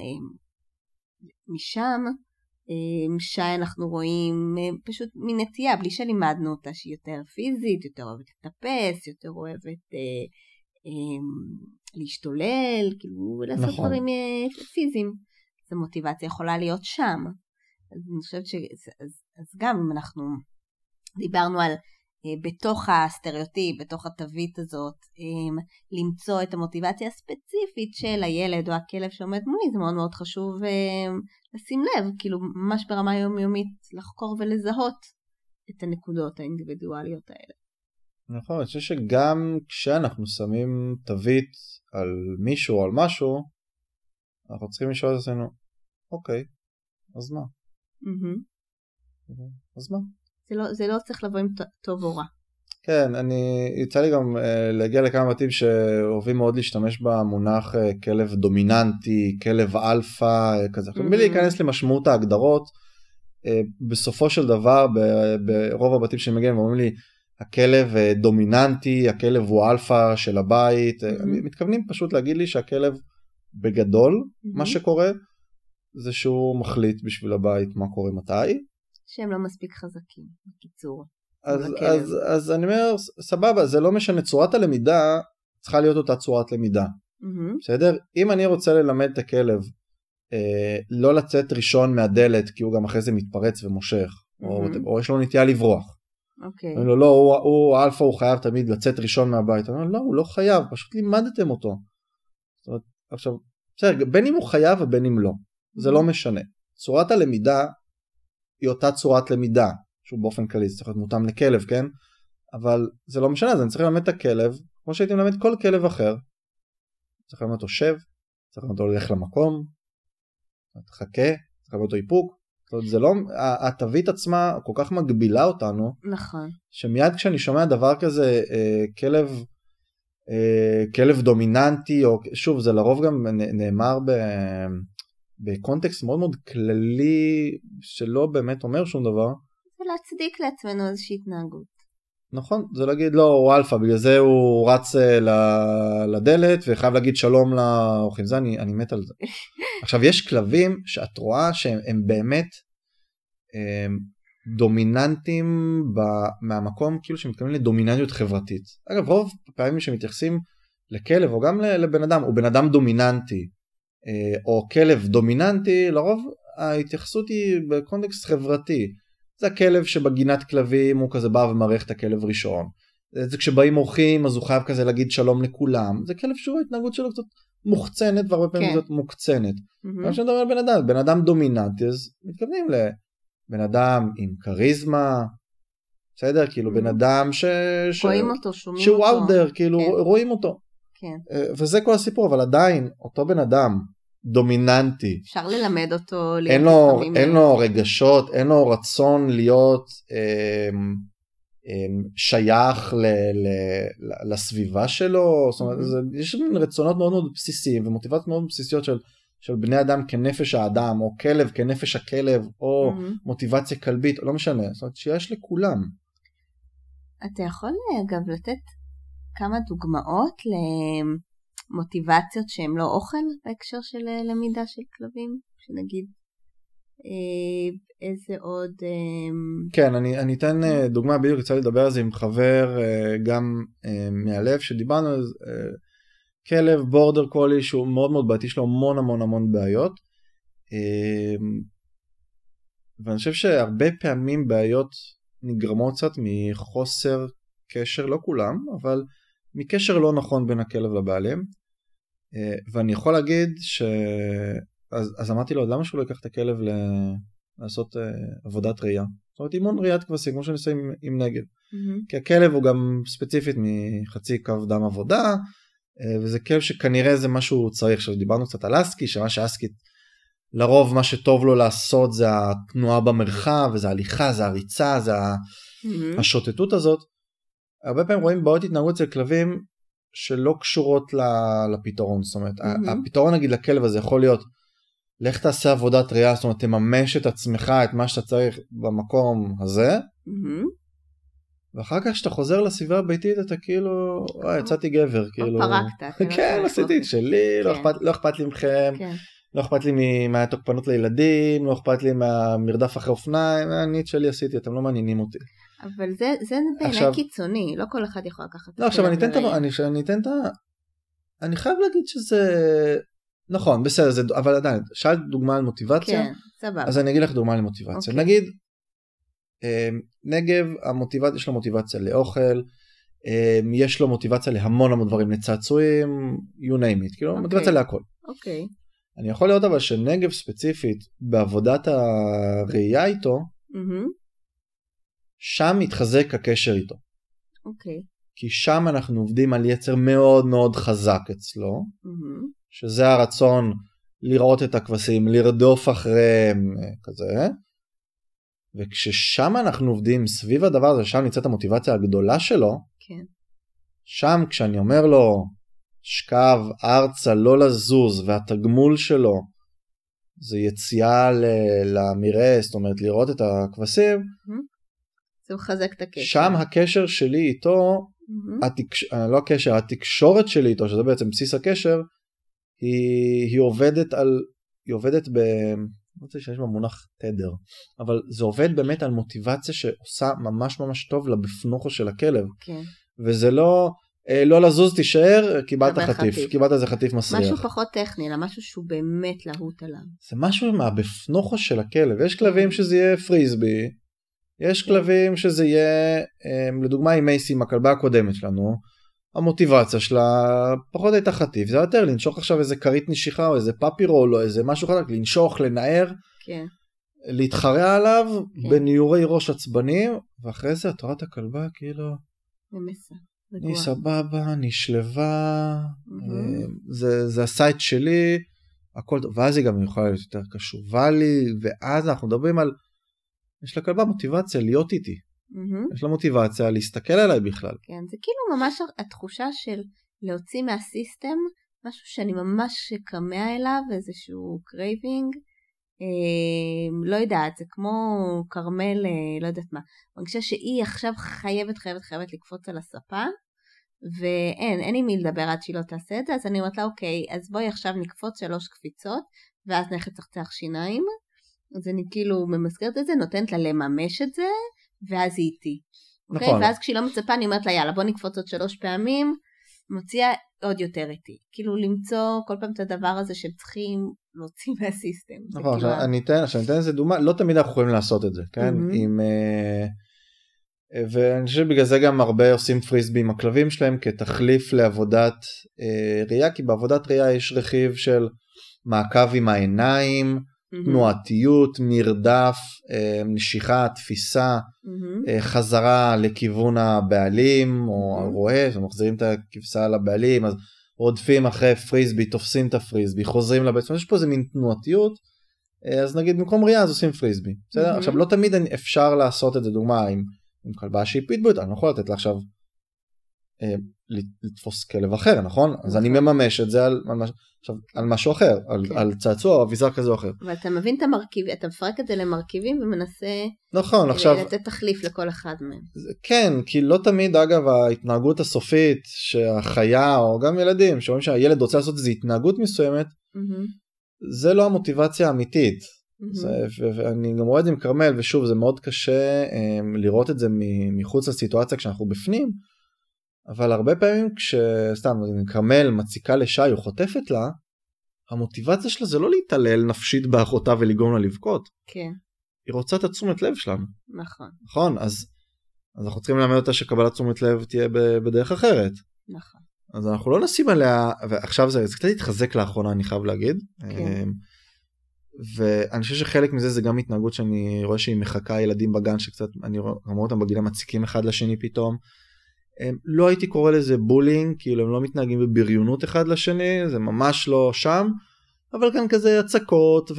משם, שי אנחנו רואים פשוט מנטייה, בלי שלימדנו אותה שהיא יותר פיזית, יותר אוהבת לטפס, יותר אוהבת אה, אה, להשתולל, כאילו לעשות נכון. דברים אה, פיזיים. אז המוטיבציה יכולה להיות שם. אז אני חושבת ש... אז, אז גם אם אנחנו דיברנו על אה, בתוך הסטריאוטיפ, בתוך התווית הזאת, אה, למצוא את המוטיבציה הספציפית של הילד או הכלב שעומד מולי, זה מאוד מאוד חשוב אה, לשים לב, כאילו ממש ברמה יומיומית לחקור ולזהות את הנקודות האינדיבידואליות האלה. נכון, אני חושב שגם כשאנחנו שמים תווית על מישהו או על משהו, אנחנו צריכים לשאול את עצמנו, אוקיי, אז מה? Mm-hmm. אז מה? זה לא, זה לא צריך לבוא עם טוב או רע. כן, אני, יצא לי גם uh, להגיע לכמה בתים שאוהבים מאוד להשתמש במונח uh, כלב דומיננטי, כלב אלפא, uh, כזה. Mm-hmm. בלי להיכנס למשמעות ההגדרות, uh, בסופו של דבר, ב- ברוב הבתים שמגיעים, אומרים לי, הכלב uh, דומיננטי, הכלב הוא אלפא של הבית, mm-hmm. uh, מתכוונים פשוט להגיד לי שהכלב בגדול, mm-hmm. מה שקורה, זה שהוא מחליט בשביל הבית מה קורה מתי. שהם לא מספיק חזקים, בקיצור. אז, אז, אז אני אומר, סבבה, זה לא משנה, צורת הלמידה צריכה להיות אותה צורת למידה. Mm-hmm. בסדר? אם אני רוצה ללמד את הכלב, אה, לא לצאת ראשון מהדלת, כי הוא גם אחרי זה מתפרץ ומושך, mm-hmm. או, או יש לו נטייה לברוח. אוקיי. Okay. לא, לא, הוא, הוא אלפא, הוא חייב תמיד לצאת ראשון מהבית. אני אומר, לא, הוא לא חייב, פשוט לימדתם אותו. זאת אומרת, עכשיו, בסדר, בין אם הוא חייב ובין אם לא. Mm-hmm. זה לא משנה. צורת הלמידה היא אותה צורת למידה. שהוא באופן כללי, זה צריך להיות מותאם לכלב, כן? אבל זה לא משנה, אז אני צריך ללמד את הכלב, כמו שהייתי מלמד כל כלב אחר. צריך ללמד אותו שב, צריך ללמד אותו ללך למקום, תחכה, צריך ללמד אותו איפוק. זאת אומרת, זה לא, התווית עצמה כל כך מגבילה אותנו, נכון. שמיד כשאני שומע דבר כזה, אה, כלב, אה, כלב דומיננטי, או שוב, זה לרוב גם נאמר ב... בקונטקסט מאוד מאוד כללי, שלא באמת אומר שום דבר, להצדיק לעצמנו איזושהי התנהגות. נכון, זה להגיד לא, הוא אלפא, בגלל זה הוא רץ לדלת וחייב להגיד שלום לאורחים, זה אני, אני מת על זה. עכשיו יש כלבים שאת רואה שהם באמת הם, דומיננטים ב, מהמקום כאילו שמתכוונים לדומיננטיות חברתית. אגב רוב פעמים שמתייחסים לכלב או גם לבן אדם, הוא בן אדם דומיננטי או כלב דומיננטי, לרוב ההתייחסות היא בקונטקסט חברתי. זה הכלב שבגינת כלבים הוא כזה בא ומערך את הכלב ראשון. זה כשבאים אורחים אז הוא חייב כזה להגיד שלום לכולם. זה כלב שהוא ההתנהגות שלו קצת מוחצנת והרבה פעמים זאת מוקצנת. אבל כשאני מדבר על בן אדם, בן אדם דומיננטי, אז מתכוונים לבן אדם עם קריזמה, בסדר? כאילו בן אדם ש... רואים אותו, שומעים שהוא אאוטדר, כאילו רואים אותו. כן. וזה כל הסיפור, אבל עדיין אותו בן אדם דומיננטי. אפשר ללמד אותו. אין לו, אין לו רגשות, אין לו רצון להיות אה, אה, שייך ל, ל, ל, לסביבה שלו. זאת אומרת, זה, יש רצונות מאוד מאוד בסיסיים ומוטיבציות מאוד בסיסיות של, של בני אדם כנפש האדם, או כלב כנפש הכלב, או מוטיבציה כלבית, לא משנה. זאת אומרת, שיש לכולם. אתה יכול אגב לתת כמה דוגמאות למוטיבציות שהן לא אוכל בהקשר של למידה של כלבים, שנגיד איזה עוד... כן, אני, אני אתן דוגמה, בדיוק יצא לי לדבר על זה עם חבר גם מהלב, שדיברנו על כלב בורדר קולי שהוא מאוד מאוד בעייתי, יש לו המון המון המון בעיות, ואני חושב שהרבה פעמים בעיות נגרמות קצת מחוסר קשר, לא כולם, אבל מקשר לא נכון בין הכלב לבעלים, ואני יכול להגיד ש... אז, אז אמרתי לו, למה שהוא לא ייקח את הכלב ל... לעשות uh, עבודת ראייה? זאת אומרת, אימון ראיית כבשים, כמו שאני עושה עם, עם נגב. Mm-hmm. כי הכלב הוא גם ספציפית מחצי קו דם עבודה, uh, וזה כלב שכנראה זה משהו הוא צריך. עכשיו דיברנו קצת על אסקי, שמה שאסקי, לרוב מה שטוב לו לעשות זה התנועה במרחב, וזה ההליכה, זה הריצה, זה mm-hmm. השוטטות הזאת. הרבה פעמים רואים בעיות התנהגות אצל כלבים שלא קשורות לפתרון. זאת אומרת, mm-hmm. הפתרון נגיד לכלב הזה יכול להיות, לך תעשה עבודת ראייה, זאת אומרת, תממש את עצמך, את מה שאתה צריך במקום הזה, mm-hmm. ואחר כך שאתה חוזר לסביבה הביתית, אתה כאילו, וואי, יצאתי גבר, כאילו... פרקת. כן, עשיתי את שלי, לא אכפת לי מכם, לא אכפת לי מהתוקפנות לילדים, לא אכפת לי מהמרדף אחרי אופניים, אני את שלי עשיתי, אתם לא מעניינים אותי. אבל זה בעיניי קיצוני, לא כל אחד יכול לקחת... לא, עכשיו אני אתן את ה... אני חייב להגיד שזה... נכון, בסדר, זה, אבל עדיין, שאלת דוגמה על מוטיבציה, כן, סבבה. אז אני אגיד לך דוגמה על מוטיבציה. Okay. נגיד, נגב, המוטיבציה, יש לו מוטיבציה לאוכל, יש לו מוטיבציה להמון המון דברים, לצעצועים, you name it, כאילו, okay. מוטיבציה להכל. אוקיי. Okay. אני יכול לראות אבל שנגב ספציפית, בעבודת הראייה איתו, mm-hmm. שם מתחזק הקשר איתו. אוקיי. Okay. כי שם אנחנו עובדים על יצר מאוד מאוד חזק אצלו, mm-hmm. שזה הרצון לראות את הכבשים, לרדוף אחריהם כזה, וכששם אנחנו עובדים סביב הדבר הזה, שם נמצאת המוטיבציה הגדולה שלו, כן. שם כשאני אומר לו, שכב ארצה לא לזוז, והתגמול שלו, זה יציאה למראה, זאת אומרת לראות את הכבשים, זה מחזק את הקשר. שם הקשר שלי איתו, mm-hmm. התקש... לא הקשר, התקשורת שלי איתו, שזה בעצם בסיס הקשר, היא, היא עובדת על, היא עובדת ב, לא רוצה שיש במונח תדר, אבל זה עובד באמת על מוטיבציה שעושה ממש ממש טוב לבפנוכו של הכלב. כן. וזה לא, לא לזוז תישאר, קיבלת חטיף, חטיף. קיבלת איזה חטיף מסריח. משהו פחות טכני, אלא משהו שהוא באמת להוט עליו. זה משהו מהבפנוכו של הכלב. יש כלבים שזה יהיה פריסבי, יש כלבים שזה יהיה, לדוגמה עם מייסי, עם הכלבה הקודמת שלנו, המוטיבציה שלה פחות הייתה חטיף, זה יותר לנשוך עכשיו איזה קרית נשיכה או איזה פאפירול או איזה משהו חדק, לנשוך, לנער, כן. להתחרע עליו כן. בניורי ראש עצבנים, ואחרי זה את רואה את הכלבה כאילו, ומסע, אני סבבה, אני שלווה, mm-hmm. זה, זה הסייט שלי, הכל טוב, ואז היא גם יכולה להיות יותר קשובה לי, ואז אנחנו מדברים על, יש לכלבה מוטיבציה להיות איתי. Mm-hmm. יש לה מוטיבציה להסתכל עליי בכלל. כן, זה כאילו ממש התחושה של להוציא מהסיסטם משהו שאני ממש קמא אליו, איזשהו קרייבינג, אה, לא יודעת, זה כמו קרמל, אה, לא יודעת מה, אני חושבת שהיא עכשיו חייבת חייבת חייבת לקפוץ על הספה, ואין, אין עם מי לדבר עד שהיא לא תעשה את זה, אז אני אומרת לה, אוקיי, אז בואי עכשיו נקפוץ שלוש קפיצות, ואז נלכת לצחצח שיניים, אז אני כאילו ממסגרת את זה, נותנת לה לממש את זה, ואז היא איתי. נכון. Okay? ואז כשהיא לא מצפה, אני אומרת לה, יאללה, בוא נקפוץ עוד שלוש פעמים, מוציאה עוד יותר איתי. כאילו למצוא כל פעם את הדבר הזה שצריכים להוציא מהסיסטם. נכון, כאילו... אני אתן, אני אתן איזה דוגמה, לא תמיד אנחנו יכולים לעשות את זה, כן? Mm-hmm. עם, ואני חושב שבגלל זה גם הרבה עושים פריסבי עם הכלבים שלהם, כתחליף לעבודת ראייה, כי בעבודת ראייה יש רכיב של מעקב עם העיניים, תנועתיות, מרדף, נשיכה, תפיסה, חזרה לכיוון הבעלים או הרועה, שמחזירים את הכבשה לבעלים, אז רודפים אחרי פריסבי, תופסים את הפריסבי, חוזרים לבית, יש פה איזה מין תנועתיות, אז נגיד במקום ראייה אז עושים פריסבי, בסדר? עכשיו לא תמיד אפשר לעשות את זה, דוגמה עם כלבה שהיא פיטבולית, אני לא יכול לתת לה עכשיו לתפוס כלב אחר, נכון? אז אני מממש את זה על, על, עכשיו, על משהו אחר, על, כן. על צעצוע או אביזר כזה או אחר. אבל אתה מבין את המרכיבים, אתה מפרק את זה למרכיבים ומנסה נכון, עכשיו, לתת תחליף לכל אחד מהם. כן, כי לא תמיד, אגב, ההתנהגות הסופית שהחיה או גם ילדים, שאומרים שהילד רוצה לעשות איזו התנהגות מסוימת, mm-hmm. זה לא המוטיבציה האמיתית. Mm-hmm. זה, ואני גם רואה את זה עם קרמל, ושוב, זה מאוד קשה um, לראות את זה מחוץ לסיטואציה כשאנחנו בפנים, אבל הרבה פעמים כשסתם קרמל מציקה לשי או חוטפת לה, המוטיבציה שלה זה לא להתעלל נפשית באחותה ולגרום לה לבכות. כן. היא רוצה את התשומת לב שלנו. נכון. נכון, אז, אז אנחנו צריכים ללמד אותה שקבלת תשומת לב תהיה בדרך אחרת. נכון. אז אנחנו לא נשים עליה, ועכשיו זה, זה קצת התחזק לאחרונה, אני חייב להגיד. כן. ואני חושב שחלק מזה זה גם התנהגות שאני רואה שהיא מחכה ילדים בגן, שקצת, אני רואה אותם בגילה מציקים אחד לשני פתאום. לא הייתי קורא לזה בולינג, כאילו הם לא מתנהגים בבריונות אחד לשני, זה ממש לא שם, אבל כאן כזה הצקות,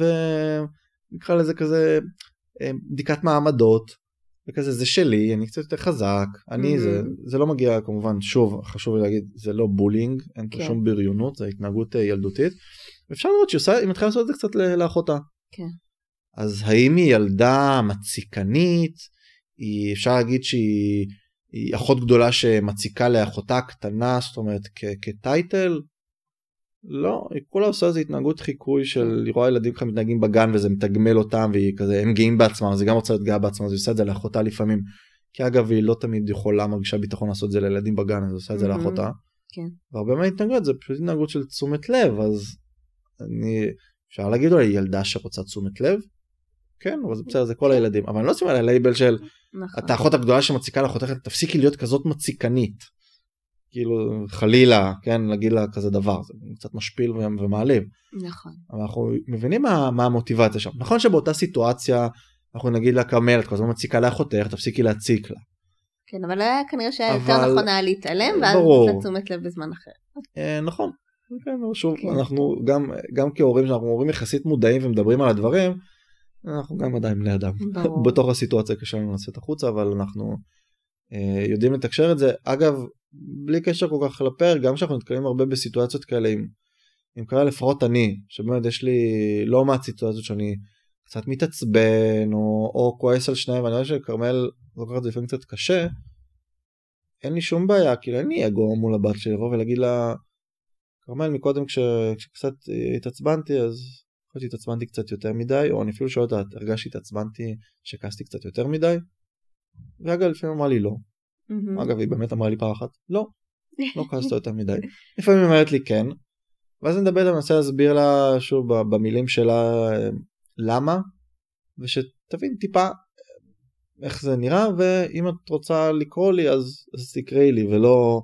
ונקרא לזה כזה בדיקת מעמדות, וכזה זה שלי, אני קצת יותר חזק, אני mm-hmm. זה, זה לא מגיע כמובן, שוב, חשוב לי להגיד, זה לא בולינג, אין פה okay. שום בריונות, זה התנהגות ילדותית, ואפשר לראות שהיא היא מתחילה לעשות את זה קצת לאחותה. כן. אז האם היא ילדה מציקנית, היא, אפשר להגיד שהיא היא אחות גדולה שמציקה לאחותה קטנה, זאת אומרת כטייטל, לא, היא כולה עושה איזו התנהגות חיקוי של לראות ילדים ככה מתנהגים בגן וזה מתגמל אותם והיא כזה, הם גאים בעצמם, אז היא גם רוצה להיות גאה בעצמם, אז היא עושה את זה לאחותה לפעמים, כי אגב היא לא תמיד יכולה מרגישה ביטחון לעשות את זה לילדים בגן, אז היא עושה את זה לאחותה, והרבה מההתנהגות זה פשוט התנהגות של תשומת לב, אז אני, אפשר להגיד אולי ילדה שרוצה תשומת לב, כן, אבל זה בסדר, זה כל הילדים, אבל אני לא עושים עליה לייבל של אתה האחות הגדולה שמציקה לאחותך, תפסיקי להיות כזאת מציקנית, כאילו חלילה, כן, להגיד לה כזה דבר, זה קצת משפיל ומעליב. נכון. אבל אנחנו מבינים מה, מה המוטיבציה שם. נכון שבאותה סיטואציה, אנחנו נגיד לה קרמל, את כל הזמן מציקה לאחותך, תפסיקי להציק לה. כן, אבל היה כנראה שהיה יותר נכון היה להתעלם, ואז לתשומת לב בזמן אחר. נכון, כן, שוב, אנחנו גם, גם כהורים, שאנחנו הורים יחסית מודעים ומדברים על הדברים, אנחנו גם עדיין בני אדם. בתוך הסיטואציה קשה לנו לצאת החוצה, אבל אנחנו אה, יודעים לתקשר את זה. אגב, בלי קשר כל כך לפרק, גם שאנחנו נתקלים הרבה בסיטואציות כאלה, אם, אם קרה לפחות אני, שבאמת יש לי לא מעט סיטואציות שאני קצת מתעצבן, או, או כועס על שניים, ואני רואה שקרמל לוקחת את זה לפעמים קצת קשה, אין לי שום בעיה, כאילו אין לי אגו מול הבת שלי, לבוא ולהגיד לה, קרמל מקודם כש, כשקצת התעצבנתי, אז חושבת שהתעצבנתי קצת יותר מדי, או אני אפילו שואל אותה, הרגשתי התעצבנתי שכעסתי קצת יותר מדי, ואגב לפעמים אמרה לי לא. Mm-hmm. אגב היא באמת אמרה לי פעם אחת, לא, לא כעסת יותר מדי. לפעמים היא אומרת לי כן, ואז אני מדבר, אני מנסה להסביר לה שוב במילים שלה למה, ושתבין טיפה איך זה נראה, ואם את רוצה לקרוא לי אז, אז תקראי לי, ולא,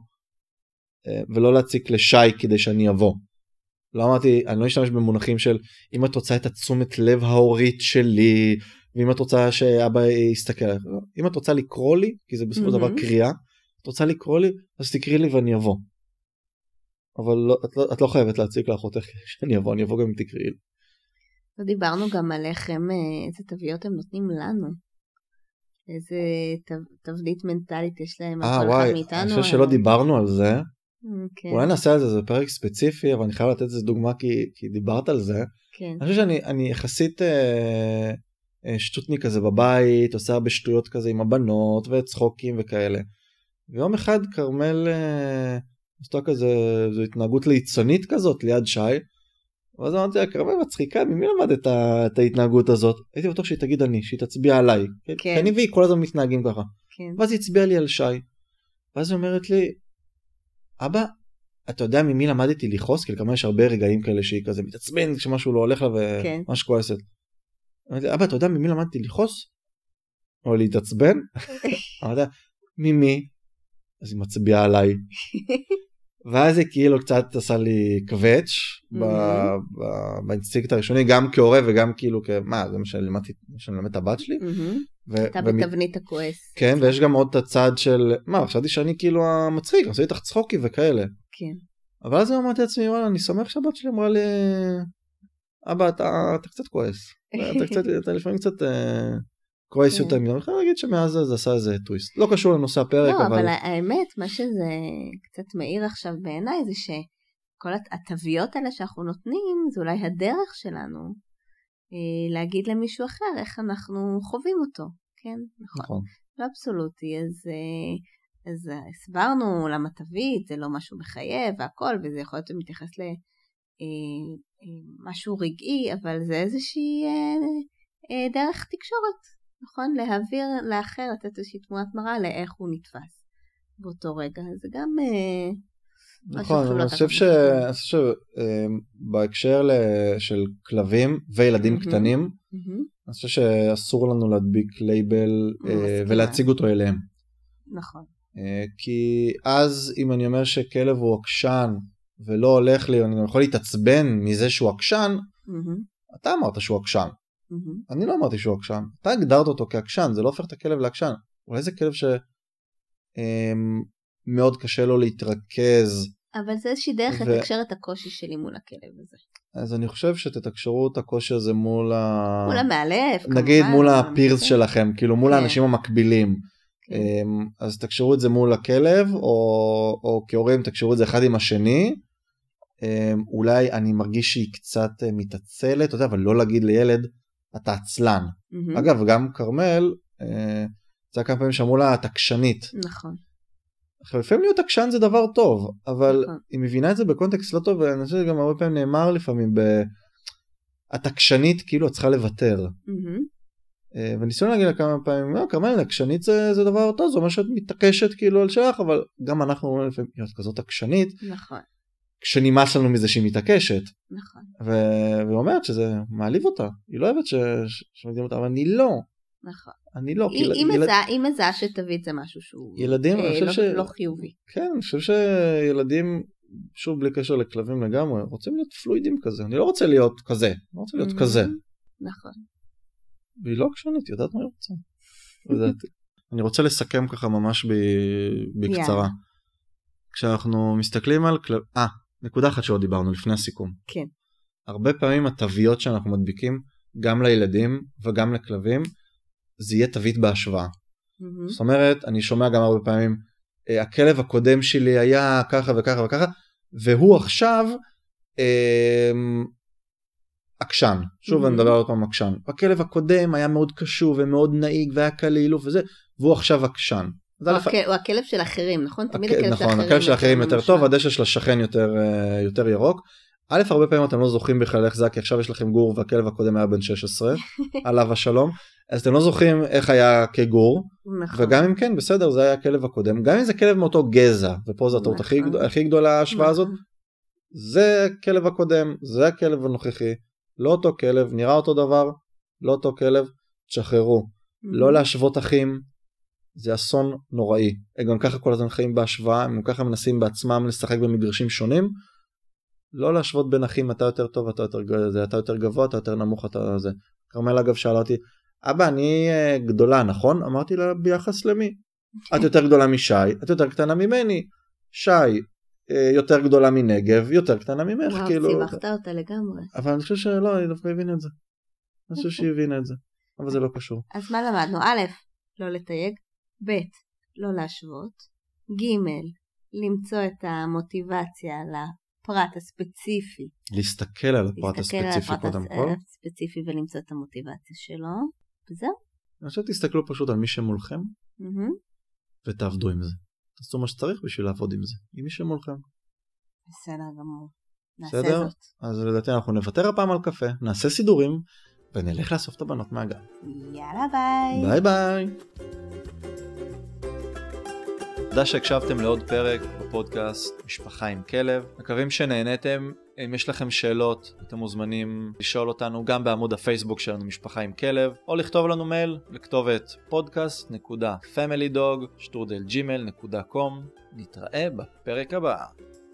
ולא להציק לשי כדי שאני אבוא. לא אמרתי, אני לא אשתמש במונחים של אם את רוצה את התשומת לב ההורית שלי, ואם את רוצה שאבא יסתכל, אם את רוצה לקרוא לי, כי זה בסופו של דבר קריאה, את רוצה לקרוא לי, אז תקראי לי ואני אבוא. אבל לא, את, לא, את לא חייבת להציק לאחותך שאני אבוא, אני אבוא גם אם תקראי לי. דיברנו גם על איך הם, איזה תוויות הם נותנים לנו. איזה תבנית מנטלית יש להם על כל אחד מאיתנו. אני חושב שלא דיברנו על זה. Okay. אולי נעשה על זה, זה פרק ספציפי, אבל אני חייב לתת איזה דוגמה כי, כי דיברת על זה. Okay. אני חושב שאני אני יחסית אה, אה, שטוטניק כזה בבית, עושה הרבה שטויות כזה עם הבנות וצחוקים וכאלה. ויום אחד קרמל אה, עשתה כזה, זו התנהגות ליצונית כזאת ליד שי, ואז אמרתי לה, קרמל מצחיקה, ממי למד את, ה, את ההתנהגות הזאת? הייתי בטוח שהיא תגיד אני, שהיא תצביע עליי. Okay. כי אני והיא כל הזמן מתנהגים ככה. Okay. ואז היא הצביעה לי על שי. ואז היא אומרת לי, אבא, אתה יודע ממי למדתי לכעוס? כי לכמה יש הרבה רגעים כאלה שהיא כזה מתעצבן כשמשהו לא הולך לה ומש כועסת. אמרתי, אבא, אתה יודע ממי למדתי לכעוס? או להתעצבן? אמרתי, ממי? אז היא מצביעה עליי. ואז היא כאילו קצת עשה לי קווץ' באינסטינקט הראשוני, גם כהורה וגם כאילו, מה, זה מה שאני למד את הבת שלי? אתה בתבנית הכועס. כן, ויש גם עוד את הצד של, מה, חשבתי שאני כאילו המצחיק, עשיתי איתך צחוקי וכאלה. כן. אבל אז אמרתי לעצמי, וואלה, אני שמח שהבת שלי אמרה לי, אבא, אתה קצת כועס. אתה לפעמים קצת קרויס יותר מדי, אני יכול להגיד שמאז זה עשה איזה טוויסט. לא קשור לנושא הפרק, לא, אבל... אבל האמת, מה שזה קצת מאיר עכשיו בעיניי, זה שכל התוויות האלה שאנחנו נותנים, זה אולי הדרך שלנו, להגיד למישהו אחר איך אנחנו חווים אותו, כן? נכון. לא אבסולוטי, אז... אז הסברנו למה תווית, זה לא משהו מחייב והכל, וזה יכול להיות מתייחס למשהו רגעי, אבל זה איזושהי דרך תקשורת, נכון? להעביר לאחר, לתת איזושהי תמונת מראה לאיך הוא נתפס באותו רגע. זה גם נכון, אני חושב שבהקשר של כלבים וילדים קטנים, אני חושב שאסור לנו להדביק לייבל ולהציג אותו אליהם. נכון. כי אז אם אני אומר שכלב הוא עקשן ולא הולך לי, אני יכול להתעצבן מזה שהוא עקשן, mm-hmm. אתה אמרת שהוא עקשן. Mm-hmm. אני לא אמרתי שהוא עקשן. אתה הגדרת אותו כעקשן, זה לא הופך את הכלב לעקשן. אולי זה כלב שמאוד קשה לו להתרכז. אבל זה איזושהי דרך ו... לתקשר את הקושי שלי מול הכלב הזה. אז אני חושב שתתקשרו את הקושי הזה מול ה... מול המאלף. נגיד כמובן, מול הפירס שלכם, כאילו מול כן. האנשים המקבילים. אז תקשרו את זה מול הכלב, או, או כהורים תקשרו את זה אחד עם השני. אולי אני מרגיש שהיא קצת מתעצלת, אתה יודע, אבל לא להגיד לילד, אתה עצלן. Mm-hmm. אגב, גם קרמל, זה כמה פעמים שאמרו לה, תקשנית. נכון. לפעמים להיות תקשן זה דבר טוב, אבל נכון. היא מבינה את זה בקונטקסט לא טוב, ואני חושב שגם הרבה פעמים נאמר לפעמים, התקשנית כאילו את צריכה לוותר. Mm-hmm. וניסיון להגיד לה כמה פעמים, לא, כרמל, עקשנית זה, זה דבר טוב, זה אומר שאת מתעקשת כאילו על שלך, אבל גם אנחנו אומרים לפעמים, להיות כזאת עקשנית, נכון. כשנמאס לנו מזה שהיא מתעקשת. נכון. ו- והיא אומרת שזה מעליב אותה, היא לא אוהבת ש- שמדיעים אותה, אבל אני לא. נכון. אני לא. היא, היא, ילד... מזהה, היא מזהה שתווית זה משהו שהוא ילדים, אה, לא, ש... לא חיובי. כן, אני חושב שילדים, שוב בלי קשר לכלבים לגמרי, רוצים להיות פלואידים כזה, אני לא רוצה להיות כזה, אני לא רוצה להיות mm-hmm. כזה. נכון. והיא לא עקשנית, יודעת מה היא רוצה. יודעתי. אני רוצה לסכם ככה ממש בקצרה. כשאנחנו מסתכלים על כלב... אה, נקודה אחת שעוד דיברנו לפני הסיכום. כן. הרבה פעמים התוויות שאנחנו מדביקים, גם לילדים וגם לכלבים, זה יהיה תווית בהשוואה. זאת אומרת, אני שומע גם הרבה פעמים, הכלב הקודם שלי היה ככה וככה וככה, והוא עכשיו... עקשן, שוב mm-hmm. אני מדבר עוד פעם עקשן, הכלב הקודם היה מאוד קשור ומאוד נעיג והיה קלילוף וזה, והוא עכשיו עקשן. הוא, הכ... הוא הכלב של אחרים, נכון? תמיד הכ... הכלב נכון, של אחרים, הכלב של אחרים יותר טוב, הדשא של השכן יותר, יותר ירוק. א', הרבה פעמים אתם לא זוכרים בכלל איך זה, כי עכשיו יש לכם גור והכלב הקודם היה בן שש עשרה, עליו השלום, אז אתם לא זוכרים איך היה כגור, נכון. וגם אם כן, בסדר, זה היה הכלב הקודם, גם אם זה כלב מאותו גזע, ופה זו הטעות הכי, הכי גדולה ההשוואה הזאת, זה הכלב הקודם, זה הכלב הנוכחי. לא אותו כלב, נראה אותו דבר, לא אותו כלב, תשחררו. Mm-hmm. לא להשוות אחים, זה אסון נוראי. הם גם ככה כל הזמן חיים בהשוואה, הם גם ככה מנסים בעצמם לשחק במגרשים שונים. לא להשוות בין אחים, אתה יותר טוב, אתה יותר, אתה יותר גבוה, אתה יותר נמוך, אתה זה. קרמל אגב שאלה אותי, אבא, אני גדולה, נכון? אמרתי לה, ביחס למי? את יותר גדולה משי, את יותר קטנה ממני. שי, יותר גדולה מנגב, יותר קטנה ממך, וואו, כאילו... וואו, סיבכת אותה לגמרי. אבל אני חושב שלא, אני דווקא הבינה את זה. אני חושב שהיא הבינה את זה, אבל זה לא קשור. אז מה למדנו? א', לא לתייג, ב', לא להשוות, ג', למצוא את המוטיבציה לפרט הספציפי. להסתכל על הפרט הספציפי קודם כל. להסתכל הספציפי ולמצוא את המוטיבציה שלו, וזהו. אני חושב שתסתכלו פשוט על מי שמולכם, ותעבדו עם זה. תעשו מה שצריך בשביל לעבוד עם זה, עם מי שמולכם. בסדר גמור. בסדר? זאת. אז לדעתי אנחנו נוותר הפעם על קפה, נעשה סידורים, ונלך לאסוף את הבנות מהגן. יאללה ביי. ביי ביי. תודה שהקשבתם לעוד פרק בפודקאסט משפחה עם כלב. מקווים שנהנתם. אם יש לכם שאלות, אתם מוזמנים לשאול אותנו גם בעמוד הפייסבוק שלנו משפחה עם כלב, או לכתוב לנו מייל לכתובת פודקאסט נקודה פמילי דוג שטרודל ג'ימייל נקודה קום. נתראה בפרק הבא.